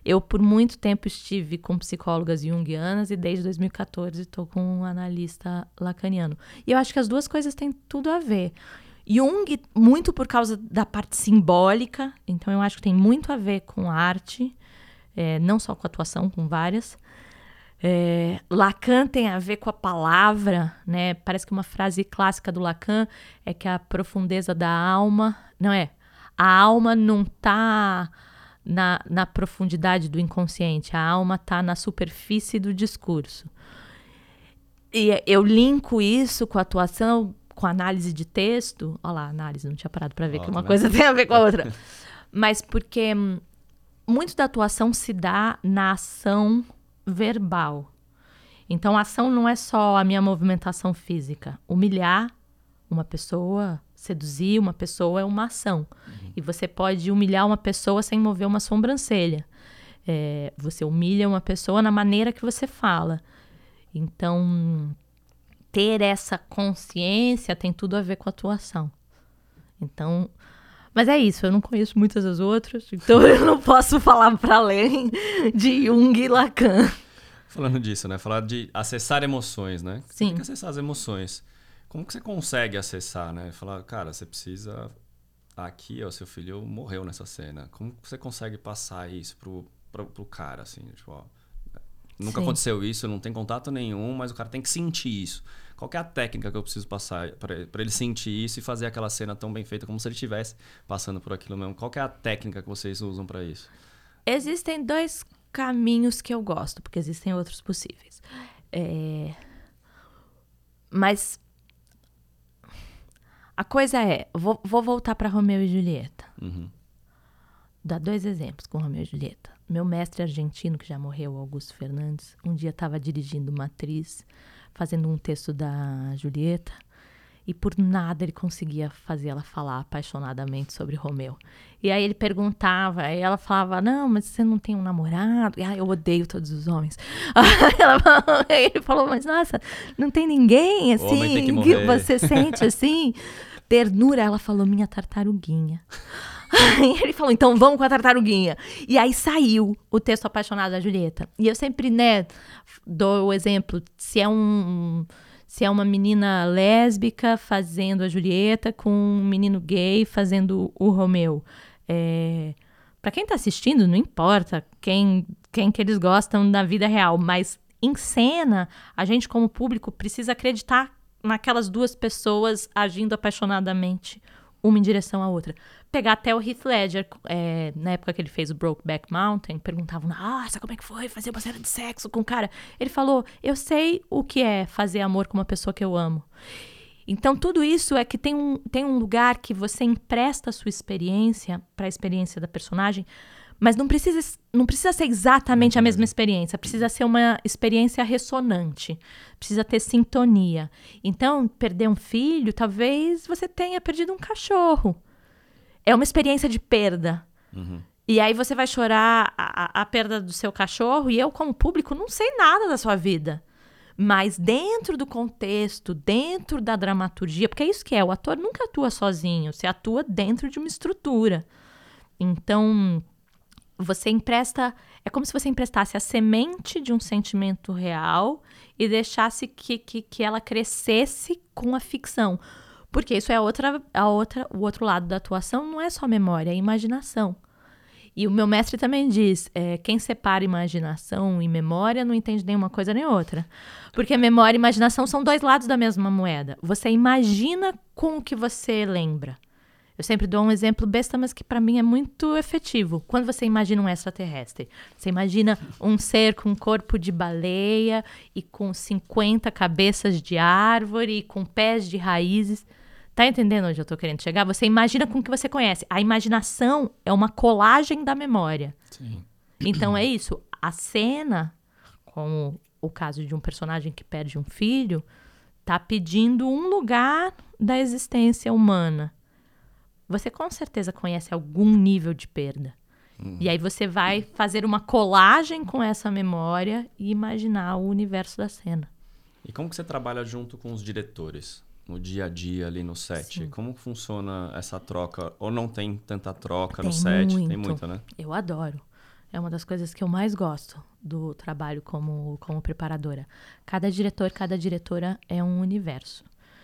Eu, por muito tempo, estive com psicólogas junguianas e desde dois mil e quatorze estou com um analista lacaniano. E eu acho que as duas coisas têm tudo a ver. Jung, muito por causa da parte simbólica, então eu acho que tem muito a ver com arte, é, não só com atuação, com várias. É, Lacan tem a ver com a palavra, né? Parece que uma frase clássica do Lacan é que a profundeza da alma, não é? A alma não está na, na profundidade do inconsciente, a alma está na superfície do discurso. E eu linko isso com a atuação, com a análise de texto. Olha lá, análise, não tinha parado para ver oh, que uma né? coisa tem a ver com a outra. Mas porque muito da atuação se dá na ação verbal. Então, a ação não é só a minha movimentação física. Humilhar uma pessoa, seduzir uma pessoa é uma ação. Uhum. E você pode humilhar uma pessoa sem mover uma sobrancelha. É, você humilha uma pessoa na maneira que você fala. Então, ter essa consciência tem tudo a ver com a atuação. Então, mas é isso, eu não conheço muitas das outras, então eu não posso falar para além de Jung e Lacan. Falando disso, né? Falar de acessar emoções, né? Sim. Você tem que acessar as emoções. Como que você consegue acessar, né? Falar, cara, você precisa... Aqui, ó, seu filho morreu nessa cena. Como que você consegue passar isso pro, pro, pro cara, assim? Tipo, ó, nunca Sim. aconteceu isso, não tem contato nenhum, mas o cara tem que sentir isso. Qual que é a técnica que eu preciso passar para ele sentir isso e fazer aquela cena tão bem feita como se ele estivesse passando por aquilo mesmo? Qual que é a técnica que vocês usam para isso? Existem dois caminhos que eu gosto, porque existem outros possíveis. É... Mas a coisa é, vou, vou voltar para Romeu e Julieta. Uhum. Dar dois exemplos com Romeu e Julieta. Meu mestre argentino, que já morreu, Augusto Fernandes, um dia estava dirigindo uma atriz, fazendo um texto da Julieta, e por nada ele conseguia fazer ela falar apaixonadamente sobre Romeu. E aí ele perguntava, aí ela falava, não, mas você não tem um namorado? E, ah, eu odeio todos os homens. Aí, ela falou, aí ele falou, mas nossa, não tem ninguém assim, que, que você sente assim? Ternura, ela falou, minha tartaruguinha. Aí ele falou, então vamos com a tartaruguinha. E aí saiu o texto apaixonado da Julieta. E eu sempre, né, dou o exemplo, se é um... Se é uma menina lésbica fazendo a Julieta com um menino gay fazendo o Romeu. É, para quem tá assistindo, não importa quem, quem que eles gostam na vida real, mas em cena, a gente como público precisa acreditar naquelas duas pessoas agindo apaixonadamente, uma em direção à outra. Pegar até o Heath Ledger, é, na época que ele fez o Brokeback Mountain, perguntavam, nossa, como é que foi fazer uma cena de sexo com o cara? Ele falou, eu sei o que é fazer amor com uma pessoa que eu amo. Então, tudo isso é que tem um, tem um lugar que você empresta a sua experiência para a experiência da personagem, mas não precisa, não precisa ser exatamente a mesma experiência, precisa ser uma experiência ressonante, precisa ter sintonia. Então, perder um filho, talvez você tenha perdido um cachorro. É uma experiência de perda. Uhum. E aí você vai chorar a, a perda do seu cachorro e eu, como público, não sei nada da sua vida. Mas dentro do contexto, dentro da dramaturgia, porque é isso que é, o ator nunca atua sozinho, você atua dentro de uma estrutura. Então, você empresta... É como se você emprestasse a semente de um sentimento real e deixasse que, que, que ela crescesse com a ficção. Porque isso é a outra, a outra, o outro lado da atuação, não é só memória, é imaginação. E o meu mestre também diz, é, quem separa imaginação e memória não entende nem uma coisa nem outra. Porque memória e imaginação são dois lados da mesma moeda. Você imagina com o que você lembra. Eu sempre dou um exemplo besta, mas que para mim é muito efetivo. Quando você imagina um extraterrestre, você imagina um ser com um corpo de baleia e com cinquenta cabeças de árvore e com pés de raízes. Tá entendendo onde eu tô querendo chegar? Você imagina com o que você conhece. A imaginação é uma colagem da memória. Sim. Então é isso. A cena, como o caso de um personagem que perde um filho, tá pedindo um lugar da existência humana. Você com certeza conhece algum nível de perda. Hum. E aí você vai fazer uma colagem com essa memória e imaginar o universo da cena. E como que você trabalha junto com os diretores? No dia a dia, ali no set? Sim. Como funciona essa troca? Ou não tem tanta troca tem no set? Muito. Tem muita, né? Eu adoro. É uma das coisas que eu mais gosto do trabalho como, como preparadora. Cada diretor, cada diretora é um universo.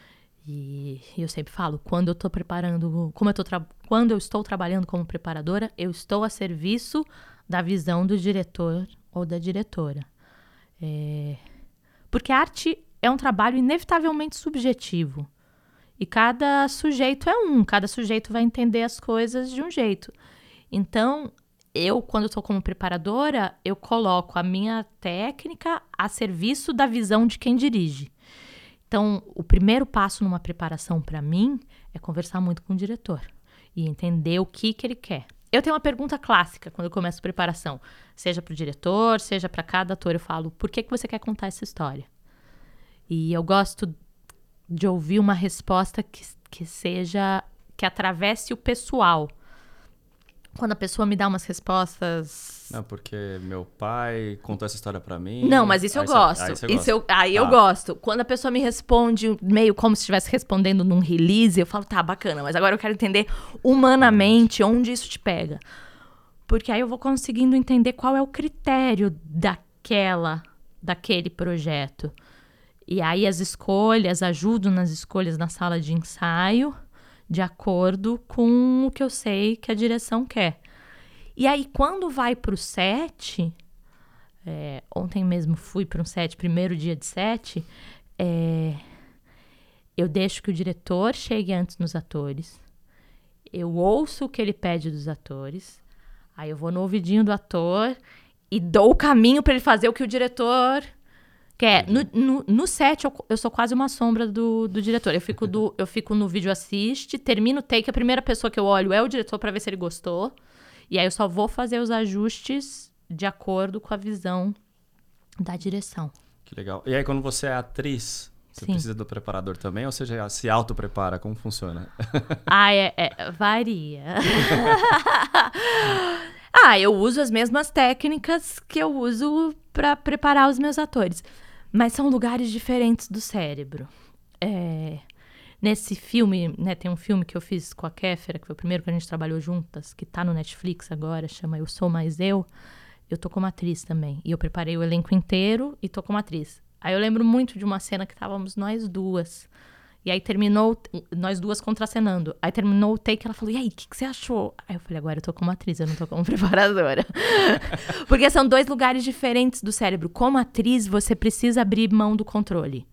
E eu sempre falo, quando eu estou preparando, como eu tô tra- quando eu estou trabalhando como preparadora, eu estou a serviço da visão do diretor ou da diretora. É... Porque a arte é um trabalho inevitavelmente subjetivo. E cada sujeito é um, cada sujeito vai entender as coisas de um jeito. Então, eu, quando estou como preparadora, eu coloco a minha técnica a serviço da visão de quem dirige. Então, o primeiro passo numa preparação para mim é conversar muito com o diretor e entender o que, que ele quer. Eu tenho uma pergunta clássica quando eu começo a preparação, seja para o diretor, seja para cada ator. Eu falo, por que, que você quer contar essa história? E eu gosto de ouvir uma resposta que, que seja, que atravesse o pessoal. Quando a pessoa me dá umas respostas... Não, porque meu pai contou essa história pra mim... Não, mas isso eu aí gosto. Cê, aí você isso gosta. eu, aí eu Tá. gosto. Quando a pessoa me responde meio como se estivesse respondendo num release, eu falo, tá, bacana, mas agora eu quero entender humanamente onde isso te pega. Porque aí eu vou conseguindo entender qual é o critério daquela, daquele projeto. E aí as escolhas, ajudo nas escolhas na sala de ensaio, de acordo com o que eu sei que a direção quer. E aí, quando vai para o set, é, ontem mesmo fui para um set, primeiro dia de set, é, eu deixo que o diretor chegue antes nos atores, eu ouço o que ele pede dos atores, aí eu vou no ouvidinho do ator e dou o caminho para ele fazer o que o diretor... Que é, no, no, no set, eu, eu sou quase uma sombra do, do diretor. Eu fico, do, eu fico no vídeo assiste, termino o take, a primeira pessoa que eu olho é o diretor para ver se ele gostou. E aí eu só vou fazer os ajustes de acordo com a visão da direção. Que legal. E aí, quando você é atriz, você Sim. precisa do preparador também? Ou você já se auto-prepara? Como funciona? Ah, é, é varia. Ah, eu uso as mesmas técnicas que eu uso para preparar os meus atores. Mas são lugares diferentes do cérebro. É, nesse filme, né, tem um filme que eu fiz com a Kéfera, que foi o primeiro que a gente trabalhou juntas, que tá no Netflix agora, chama Eu Sou Mais Eu. Eu tô como atriz também. E eu preparei o elenco inteiro e tô como atriz. Aí eu lembro muito de uma cena que estávamos nós duas. E aí terminou, nós duas contracenando. Aí terminou o take, ela falou, e aí, o que, que você achou? Aí eu falei, agora eu tô como atriz, eu não tô como preparadora. Porque são dois lugares diferentes do cérebro. Como atriz, você precisa abrir mão do controle.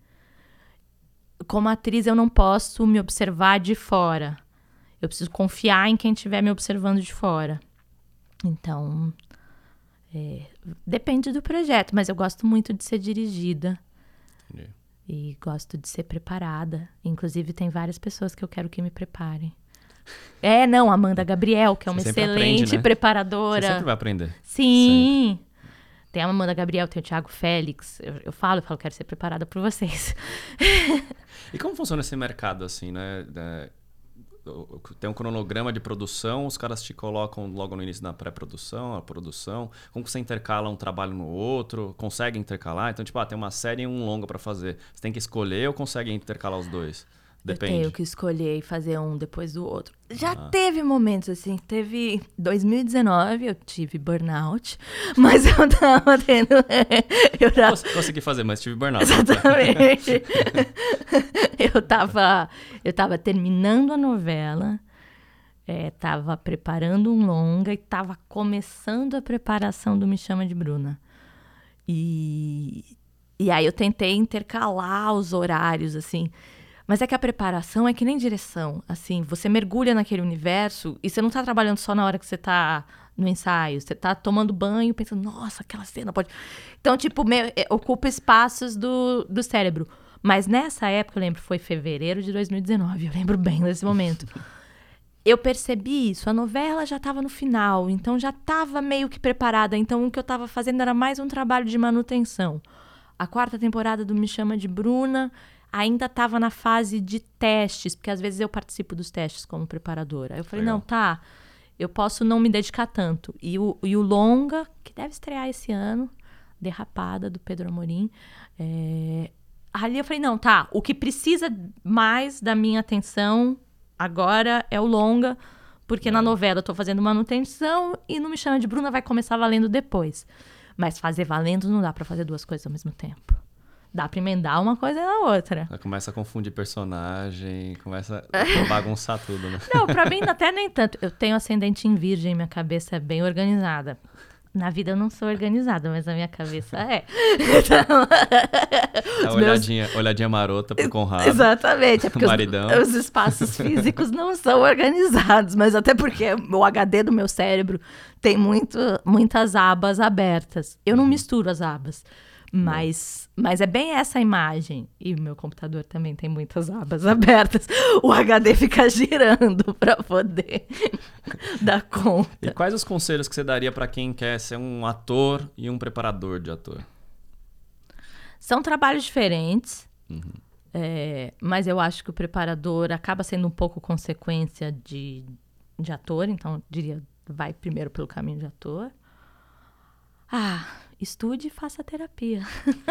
Como atriz, eu não posso me observar de fora. Eu preciso confiar em quem estiver me observando de fora. Então, é, depende do projeto, mas eu gosto muito de ser dirigida. Entendi. E gosto de ser preparada. Inclusive, tem várias pessoas que eu quero que me preparem. É, não, Amanda Gabriel, que é uma Você sempre excelente aprende, né? preparadora. Você sempre vai aprender. Sim. Sempre. Tem a Amanda Gabriel, tem o Thiago Félix. Eu, eu falo, eu falo, quero ser preparada por vocês. E como funciona esse mercado, assim, né? É, tem um cronograma de produção, os caras te colocam logo no início da pré-produção, a produção. Como que você intercala um trabalho no outro? Consegue intercalar? Então, tipo, ah, tem uma série e um longa pra fazer. Você tem que escolher ou consegue intercalar os dois? Depende. Eu tenho que escolher e fazer um depois do outro. Já Ah. teve momentos assim, teve dois mil e dezenove, eu tive burnout, mas eu tava tendo... Eu tava... Cons- Consegui fazer, mas tive burnout. Exatamente. eu, tava, eu tava terminando a novela, é, tava preparando um longa e tava começando a preparação do Me Chama de Bruna. E, e aí eu tentei intercalar os horários, assim... Mas é que a preparação é que nem direção, assim, você mergulha naquele universo e você não tá trabalhando só na hora que você tá no ensaio, você tá tomando banho pensando, nossa, aquela cena pode... Então, tipo, me... ocupa espaços do, do cérebro. Mas nessa época, eu lembro, foi fevereiro de dois mil e dezenove, eu lembro bem desse momento. Eu percebi isso, a novela já tava no final, então já tava meio que preparada, então o que eu tava fazendo era mais um trabalho de manutenção. A quarta temporada do Me Chama de Bruna... ainda estava na fase de testes, porque às vezes eu participo dos testes como preparadora. Aí eu falei, Legal. não, tá, eu posso não me dedicar tanto. E o, e o longa, que deve estrear esse ano, Derrapada, do Pedro Amorim, é... ali eu falei, não, tá, o que precisa mais da minha atenção agora é o longa, Porque é. na novela eu tô fazendo manutenção e não me chama de Bruna, vai começar valendo depois. Mas fazer valendo não dá pra fazer duas coisas ao mesmo tempo. Dá pra emendar uma coisa na outra. Começa a confundir personagem, começa a bagunçar tudo, né? Não, pra mim até nem tanto. Eu tenho ascendente em virgem, minha cabeça é bem organizada. Na vida eu não sou organizada, mas a minha cabeça é. Então, a olhadinha, meus... olhadinha marota pro Conrado. Exatamente. É porque maridão. Os, os espaços físicos não são organizados, mas até porque o H D do meu cérebro tem muito, muitas abas abertas. Eu não misturo as abas. Mas, mas é bem essa imagem. E o meu computador também tem muitas abas abertas. O H D fica girando para poder dar conta. E quais os conselhos que você daria para quem quer ser um ator e um preparador de ator? São trabalhos diferentes. Uhum. É, mas eu acho que o preparador acaba sendo um pouco consequência de, de ator. Então, eu diria, vai primeiro pelo caminho de ator. Ah... Estude e faça terapia.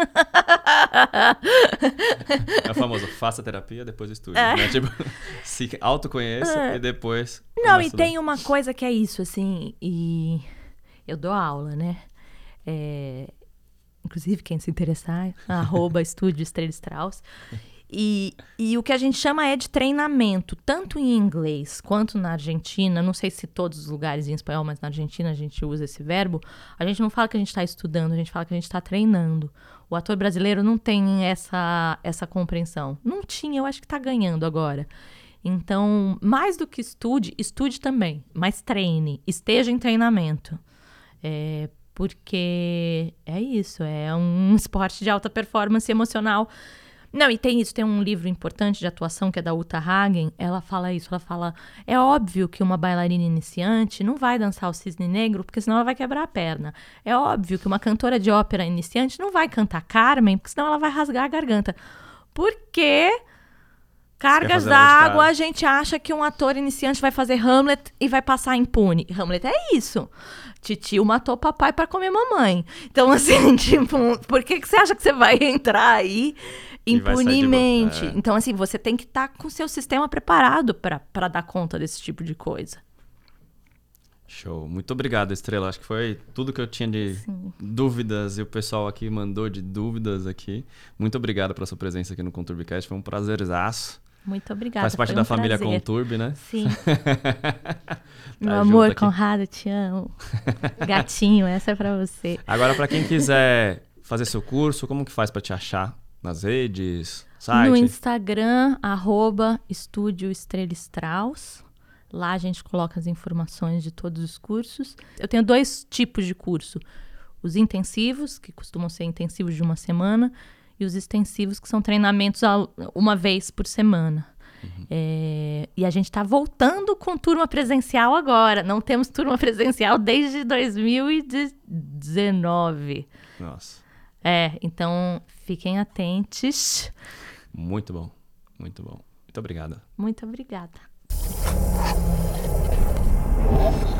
É o famoso, faça terapia, depois estude. É. Né? Tipo, se autoconheça é. e depois... Não, e tem uma coisa que é isso, assim, e eu dou aula, né? É... Inclusive, quem se interessar, arroba Estúdio Estrela Strauss. E, e o que a gente chama é de treinamento, tanto em inglês quanto na Argentina. Não sei se todos os lugares em espanhol, mas na Argentina a gente usa esse verbo. A gente não fala que a gente está estudando, a gente fala que a gente está treinando. O ator brasileiro não tem essa, essa compreensão. Não tinha, eu acho que está ganhando agora. Então, mais do que estude, estude também, mas treine, esteja em treinamento. É, porque é isso, é um esporte de alta performance emocional. Não, e tem isso, tem um livro importante de atuação que é da Uta Hagen, ela fala isso, ela fala, é óbvio que uma bailarina iniciante não vai dançar o Cisne Negro, porque senão ela vai quebrar a perna. É óbvio que uma cantora de ópera iniciante não vai cantar Carmen, porque senão ela vai rasgar a garganta. Porque cargas d'água, a gente acha que um ator iniciante vai fazer Hamlet e vai passar impune. Hamlet é isso. Titio matou papai para comer mamãe. Então, assim, tipo, por que, que você acha que você vai entrar aí impunemente? É. Então, assim, você tem que estar tá com o seu sistema preparado para dar conta desse tipo de coisa. Show. Muito obrigado, Estrela. Acho que foi tudo que eu tinha de Sim. dúvidas e o pessoal aqui mandou de dúvidas aqui. Muito obrigado pela sua presença aqui no Conturbcast. Foi um prazerzaço. Muito obrigada. Faz parte um da família prazer. Conturb, né? Sim. Meu tá amor, Conrado, te amo. Gatinho, essa é pra você. Agora, pra quem quiser fazer seu curso, como que faz pra te achar? Nas redes, site? No Instagram, arroba Estúdio Estrela Strauss. Lá a gente coloca as informações de todos os cursos. Eu tenho dois tipos de curso. Os intensivos, que costumam ser intensivos de uma semana, e os extensivos, que são treinamentos uma vez por semana. Uhum. É, e a gente está voltando com turma presencial agora. Não temos turma presencial desde dois mil e dezenove. Nossa. É, então fiquem atentos. Muito bom, muito bom. Muito obrigada. Muito obrigada.